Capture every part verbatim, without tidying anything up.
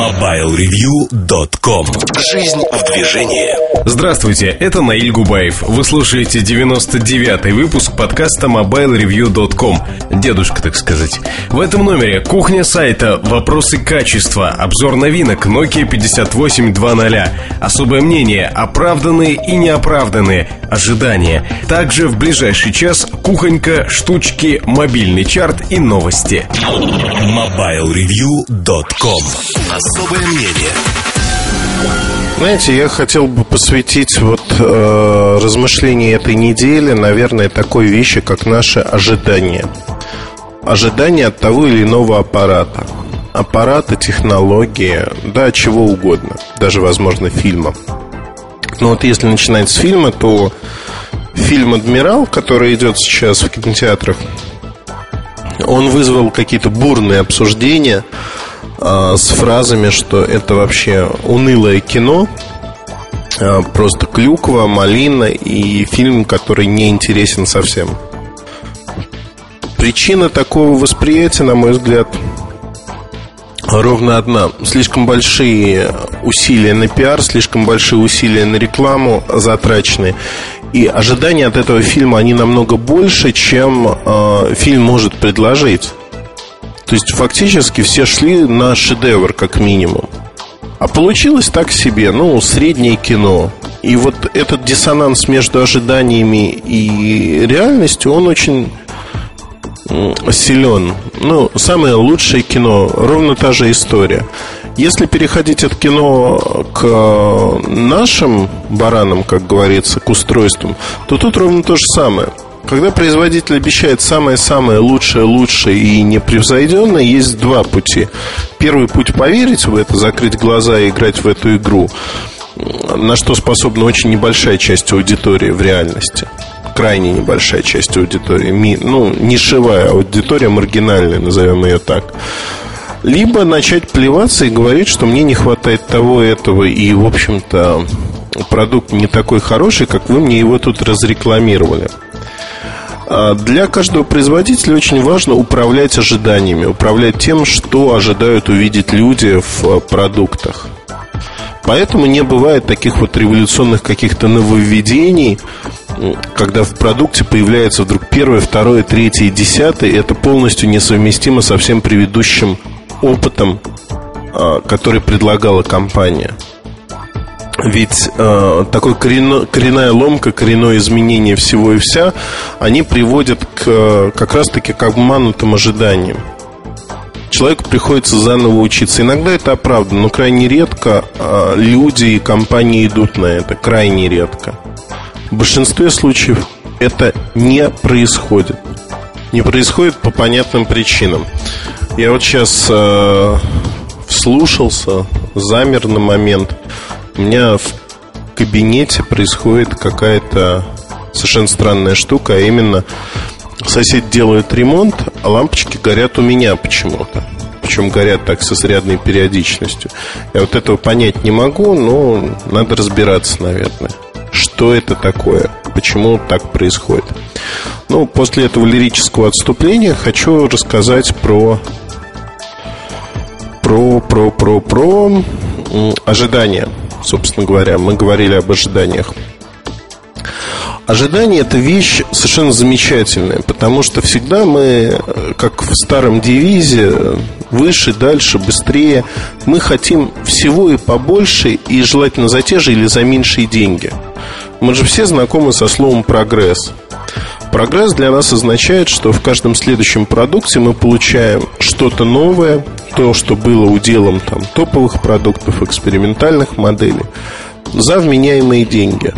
мобайл ревью точка ком. Жизнь в движении. Здравствуйте, это Наиль Губаев. Вы слушаете девяносто девятый выпуск подкаста мобайл ревью точка ком. Дедушка, так сказать. В этом номере кухня сайта, вопросы качества, обзор новинок Nokia пятьдесят восемь два ноль, особое мнение, оправданные и неоправданные ожидания. Также в ближайший час кухонька, штучки, мобильный чарт и новости. мобайл ревью точка ком. Особое мнение. Знаете, я хотел бы посвятить вот э, размышления этой недели, наверное, такой вещи, как наше ожидание. Ожидание от того или иного аппарата. Аппараты, технологии, да, чего угодно. Даже, возможно, фильма. Но вот если начинать с фильма, то фильм «Адмирал», который идет сейчас в кинотеатрах, он вызвал какие-то бурные обсуждения с фразами, что это вообще унылое кино, просто клюква, малина и фильм, который не интересен совсем. Причина такого восприятия, на мой взгляд, ровно одна. Слишком большие усилия на пиар, слишком большие усилия на рекламу затрачены. И ожидания от этого фильма, они намного больше, чем э, фильм может предложить. То есть фактически все шли на шедевр, как минимум. А получилось так себе, ну, среднее кино. И вот этот диссонанс между ожиданиями и реальностью, он очень силен. Ну, самое лучшее кино, ровно та же история. Если переходить от кино к нашим баранам, как говорится, к устройствам, то тут ровно то же самое. Когда производитель обещает самое-самое лучшее, лучшее и непревзойденное, есть два пути. Первый путь — поверить в это, закрыть глаза и играть в эту игру, на что способна очень небольшая часть аудитории в реальности. Крайне небольшая часть аудитории. Ну, нишевая аудитория, маргинальная, назовем ее так. Либо начать плеваться и говорить, что мне не хватает того, этого, и, в общем-то, продукт не такой хороший, как вы мне его тут разрекламировали. Для каждого производителя очень важно управлять ожиданиями, управлять тем, что ожидают увидеть люди в продуктах. Поэтому не бывает таких вот революционных каких-то нововведений, когда в продукте появляется вдруг первое, второе, третье и десятое. Это полностью несовместимо со всем предыдущим опытом, который предлагала компания. Ведь э, такой коренно, коренная ломка, коренное изменение всего и вся, они приводят к, как раз-таки к обманутым ожиданиям. Человеку приходится заново учиться. Иногда это оправдано, но крайне редко э, люди и компании идут на это. Крайне редко. В большинстве случаев это не происходит. Не происходит по понятным причинам. Я вот сейчас э, вслушался, замер на момент. У меня в кабинете происходит какая-то совершенно странная штука, а именно сосед делает ремонт, а лампочки горят у меня почему-то. Причем горят так с изрядной периодичностью. Я вот этого понять не могу, но надо разбираться, наверное. Что это такое? Почему так происходит? Ну, после этого лирического отступления хочу рассказать про Про, про, про, про ожидания. Собственно говоря, мы говорили об ожиданиях. Ожидание — это вещь совершенно замечательная, потому что всегда мы, как в старом девизе, выше, дальше, быстрее. Мы хотим всего и побольше, и желательно за те же или за меньшие деньги. Мы же все знакомы со словом «прогресс». Прогресс для нас означает, что в каждом следующем продукте мы получаем что-то новое, то, что было уделом там, топовых продуктов, экспериментальных моделей, за вменяемые деньги.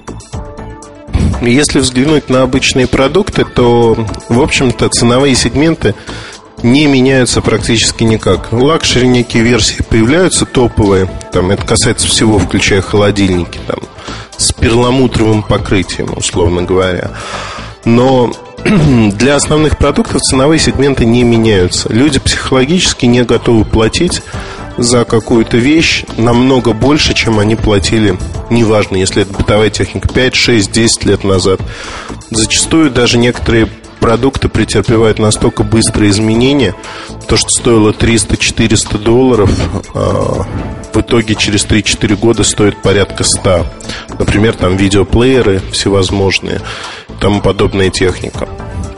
Если взглянуть на обычные продукты, то, в общем-то, ценовые сегменты не меняются практически никак. Лакшери некие версии появляются, топовые. Там, это касается всего, включая холодильники, там, с перламутровым покрытием, условно говоря. Но для основных продуктов ценовые сегменты не меняются. Люди психологически не готовы платить за какую-то вещь намного больше, чем они платили, неважно, если это бытовая техника, пять, шесть, десять лет назад. Зачастую даже некоторые продукты претерпевают настолько быстрые изменения. То, что стоило триста-четыреста долларов, в итоге через три-четыре года стоит порядка ста. Например, там видеоплееры всевозможные, тому подобная техника.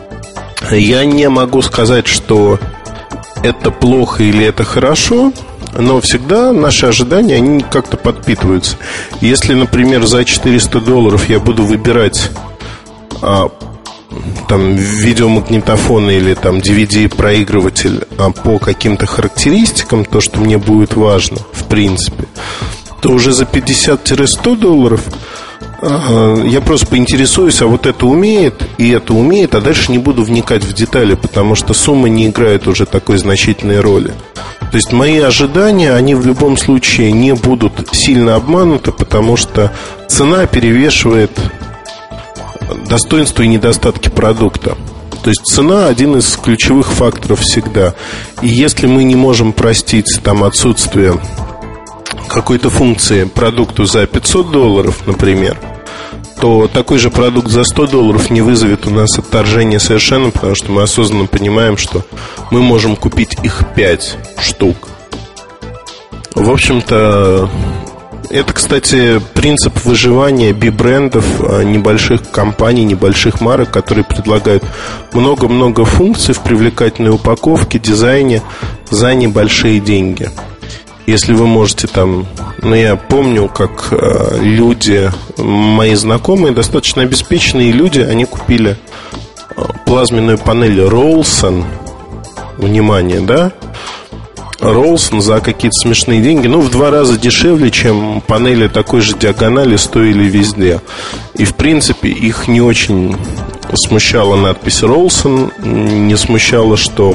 Я не могу сказать, что это плохо или это хорошо, но всегда наши ожидания, они как-то подпитываются. Если, например, за четыреста долларов я буду выбирать а, там, видеомагнитофон или там, ди ви ди-проигрыватель а, по каким-то характеристикам, то, что мне будет важно, в принципе, то уже за пятьдесят-сто долларов а, я просто поинтересуюсь, а вот это умеет, и это умеет, а дальше не буду вникать в детали, потому что сумма не играет уже такой значительной роли. То есть мои ожидания, они в любом случае не будут сильно обмануты, потому что цена перевешивает достоинства и недостатки продукта. То есть цена один из ключевых факторов всегда. И если мы не можем простить там отсутствие какой-то функции продукту за пятьсот долларов, например, то такой же продукт за сто долларов не вызовет у нас отторжения совершенно, потому что мы осознанно понимаем, что мы можем купить их пять штук. В общем-то, это, кстати, принцип выживания би-брендов, небольших компаний, небольших марок, которые предлагают много-много функций в привлекательной упаковке, дизайне за небольшие деньги. Если вы можете там... Ну, я помню, как э, люди, мои знакомые, достаточно обеспеченные люди, они купили э, плазменную панель Rollson. Внимание, да? Rollson за какие-то смешные деньги. Ну, в два раза дешевле, чем панели такой же диагонали стоили везде. И, в принципе, их не очень смущала надпись Rollson. Не смущало, что...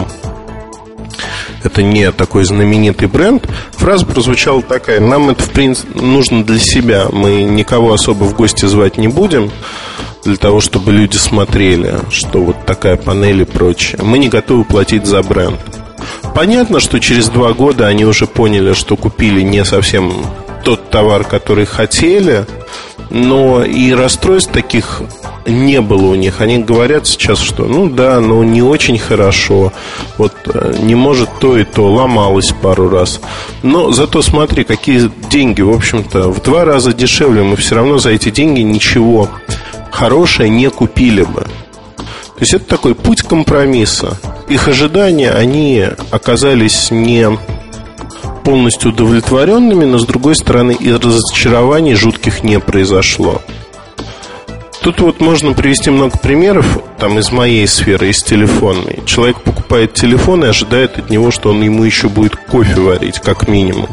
это не такой знаменитый бренд. Фраза прозвучала такая: нам это, в принципе, нужно для себя. Мы никого особо в гости звать не будем, для того, чтобы люди смотрели, что вот такая панель и прочее. Мы не готовы платить за бренд. Понятно, что через два года они уже поняли, что купили не совсем тот товар, который хотели, но и расстройств таких не было у них. Они говорят сейчас, что ну да, ну не очень хорошо, вот не может то и то, ломалось пару раз. Но зато смотри, какие деньги, в общем-то, в два раза дешевле. Мы все равно за эти деньги ничего хорошее не купили бы. То есть это такой путь компромисса. Их ожидания, они оказались не полностью удовлетворенными, но, с другой стороны, и разочарований жутких не произошло. Тут вот можно привести много примеров там, из моей сферы, из телефонной. Человек покупает телефон и ожидает от него, что он ему еще будет кофе варить, как минимум.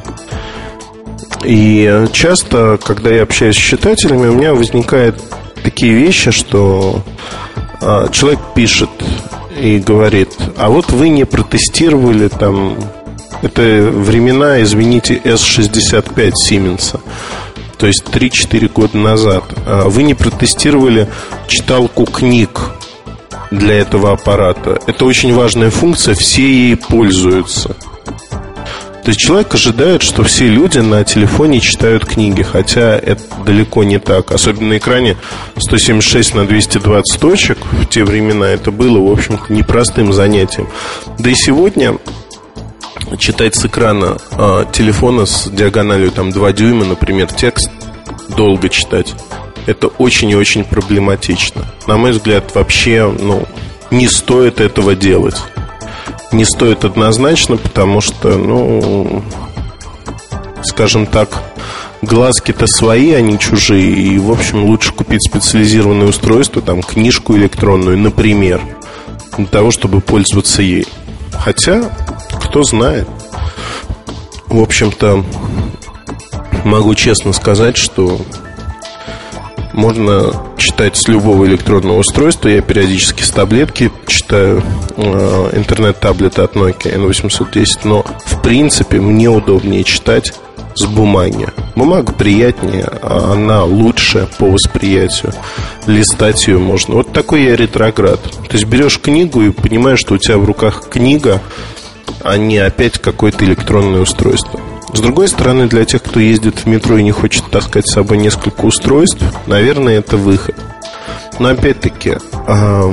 И часто, когда я общаюсь с читателями, у меня возникают такие вещи, что а, человек пишет и говорит: а вот вы не протестировали там... Это времена, извините, эс шестьдесят пять Сименса, то есть три-четыре года назад. Вы не протестировали читалку книг для этого аппарата. Это очень важная функция, все ей пользуются. То есть человек ожидает, что все люди на телефоне читают книги, хотя это далеко не так. Особенно на экране сто семьдесят шесть на двести двадцать точек в те времена это было, в общем-то, непростым занятием. Да и сегодня читать с экрана э, телефона с диагональю там, два дюйма, например, текст, долго читать, это очень и очень проблематично. На мой взгляд, вообще ну, не стоит этого делать. Не стоит однозначно, потому что, ну, скажем так, глазки-то свои, а не чужие. И, в общем, лучше купить специализированное устройство, там, книжку электронную, например, для того, чтобы пользоваться ей. Хотя, кто знает. В общем-то, могу честно сказать, что можно читать с любого электронного устройства. Я периодически с таблетки читаю э, интернет-таблеты от Nokia эн восемьсот десять. Но, в принципе, мне удобнее читать с бумаги. Бумага приятнее, а она лучше по восприятию. Листать ее можно. Вот такой я ретроград. То есть берешь книгу и понимаешь, что у тебя в руках книга, а не опять какое-то электронное устройство. С другой стороны, для тех, кто ездит в метро и не хочет таскать с собой несколько устройств, наверное, это выход. Но опять-таки,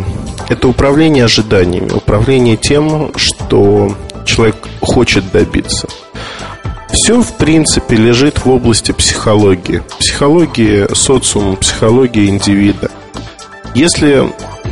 это управление ожиданиями, управление тем, что человек хочет добиться. Все, в принципе, лежит в области психологии. Психологии социума, психологии индивида. Если,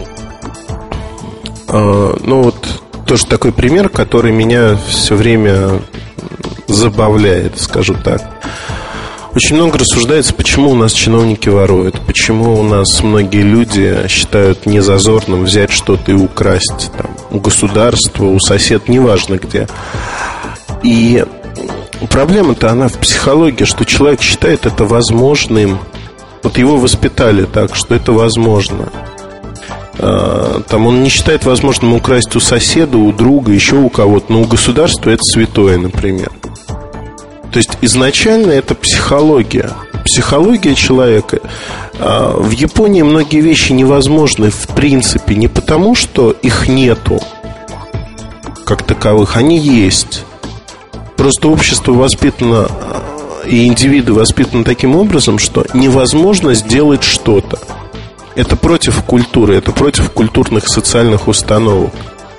э, ну вот, тоже такой пример, который меня все время забавляет, скажу так. Очень много рассуждается, почему у нас чиновники воруют, почему у нас многие люди считают незазорным взять что-то и украсть там, у государства, у соседа, неважно где. И проблема-то она в психологии, что человек считает это возможным. Вот его воспитали так, что это возможно. Там он не считает возможным украсть у соседа, у друга, еще у кого-то, но у государства это святое, например. То есть изначально это психология. Психология человека. В Японии многие вещи невозможны в принципе не потому, что их нету как таковых, они есть. Просто общество воспитано и индивиды воспитаны таким образом, что невозможно сделать что-то. Это против культуры, это против культурных социальных установок.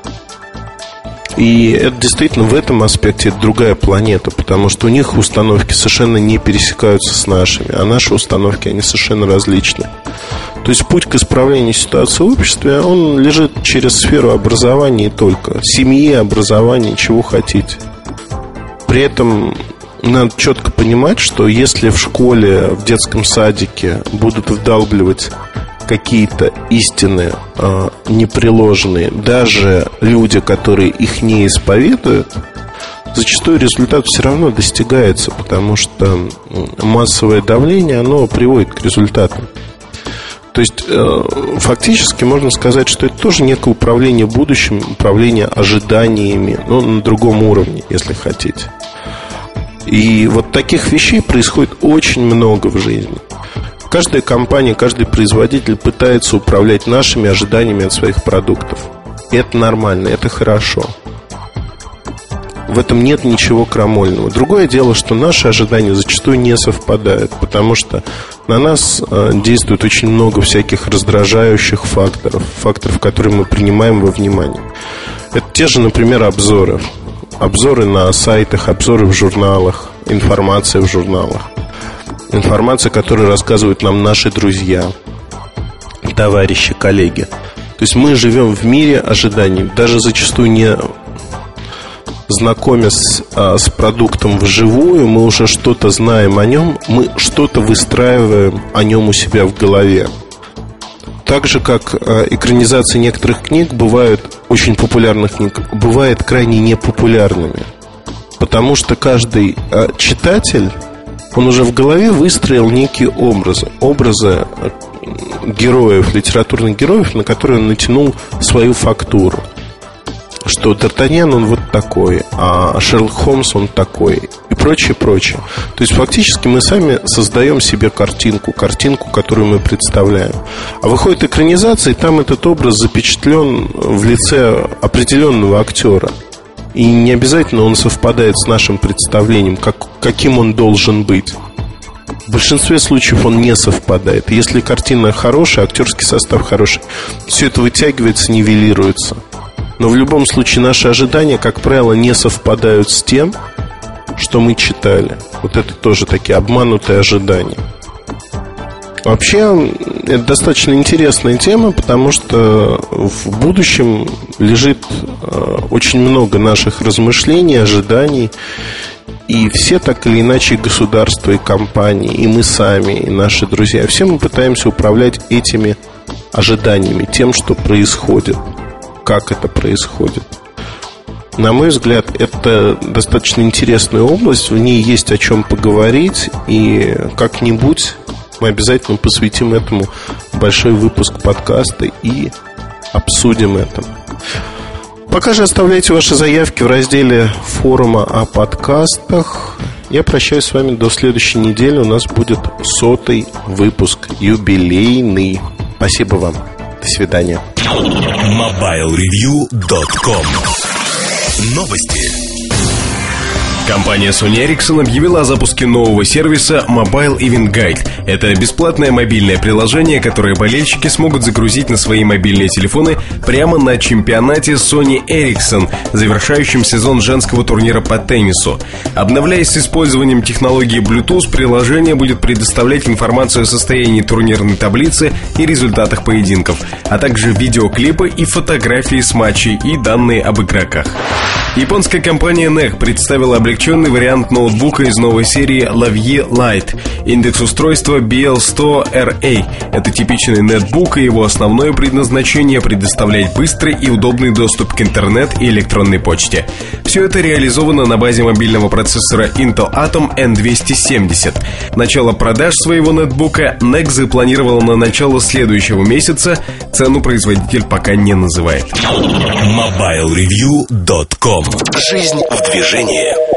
И это действительно в этом аспекте это другая планета, потому что у них установки совершенно не пересекаются с нашими, а наши установки, они совершенно различны. То есть путь к исправлению ситуации в обществе, он лежит через сферу образования и только. Семьи, образования, чего хотите. При этом надо четко понимать, что если в школе, в детском садике будут вдалбливать какие-то истины э, непреложные, даже люди, которые их не исповедуют, зачастую результат все равно достигается, потому что массовое давление, оно приводит к результатам. То есть э, фактически можно сказать, что это тоже некое управление будущим, управление ожиданиями, но на другом уровне, если хотите. И вот таких вещей происходит очень много в жизни. Каждая компания, каждый производитель пытается управлять нашими ожиданиями от своих продуктов. И это нормально, это хорошо. В этом нет ничего крамольного. Другое дело, что наши ожидания зачастую не совпадают, потому что на нас действует очень много всяких раздражающих факторов, факторов, которые мы принимаем во внимание. Это те же, например, обзоры. Обзоры на сайтах, обзоры в журналах, информация в журналах. Информация, которую рассказывают нам наши друзья, товарищи, коллеги. То есть мы живем в мире ожиданий. Даже зачастую не знакомясь а, с продуктом вживую, мы уже что-то знаем о нем, мы что-то выстраиваем о нем у себя в голове. Так же, как а, экранизации некоторых книг бывают, очень популярных книг, бывают крайне непопулярными. Потому что каждый а, читатель, он уже в голове выстроил некие образы. Образы героев, литературных героев, на которые он натянул свою фактуру. Что Д'Артаньян, он вот такой, а Шерлок Холмс, он такой. И прочее, прочее. То есть фактически мы сами создаем себе картинку. Картинку, которую мы представляем. А выходит экранизация, и там этот образ запечатлен в лице определенного актера. И не обязательно он совпадает с нашим представлением, как, каким он должен быть. В большинстве случаев он не совпадает. Если картина хорошая, актерский состав хороший, все это вытягивается, нивелируется. Но в любом случае наши ожидания, как правило, не совпадают с тем, что мы читали. Вот это тоже такие обманутые ожидания. Вообще, это достаточно интересная тема, потому что в будущем лежит очень много наших размышлений, ожиданий. И все так или иначе, государства и компании, и мы сами, и наши друзья, все мы пытаемся управлять этими ожиданиями, тем, что происходит, как это происходит. На мой взгляд, это достаточно интересная область, в ней есть о чем поговорить, и как-нибудь мы обязательно посвятим этому большой выпуск подкаста и обсудим это. Пока же оставляйте ваши заявки в разделе форума о подкастах. Я прощаюсь с вами до следующей недели. У нас будет сотый выпуск, юбилейный. Спасибо вам. До свидания. мобайл ревью точка ком. Новости. Компания Sony Ericsson объявила о запуске нового сервиса Mobile Event Guide. Это бесплатное мобильное приложение, которое болельщики смогут загрузить на свои мобильные телефоны прямо на чемпионате Sony Ericsson, завершающем сезон женского турнира по теннису. Обновляясь с использованием технологии Bluetooth, приложение будет предоставлять информацию о состоянии турнирной таблицы и результатах поединков, а также видеоклипы и фотографии с матчей и данные об игроках. Японская компания эн и си представила облегченный вариант ноутбука из новой серии Lavie Lite. Индекс устройства би эл сто эр эй. Это типичный нетбук, и его основное предназначение — предоставлять быстрый и удобный доступ к интернет и электронной почте. Все это реализовано на базе мобильного процессора Intel Atom эн двести семьдесят. Начало продаж своего нетбука эн и си запланировало на начало следующего месяца. Цену производитель пока не называет. мобайл ревью точка ком. Жизнь в движении.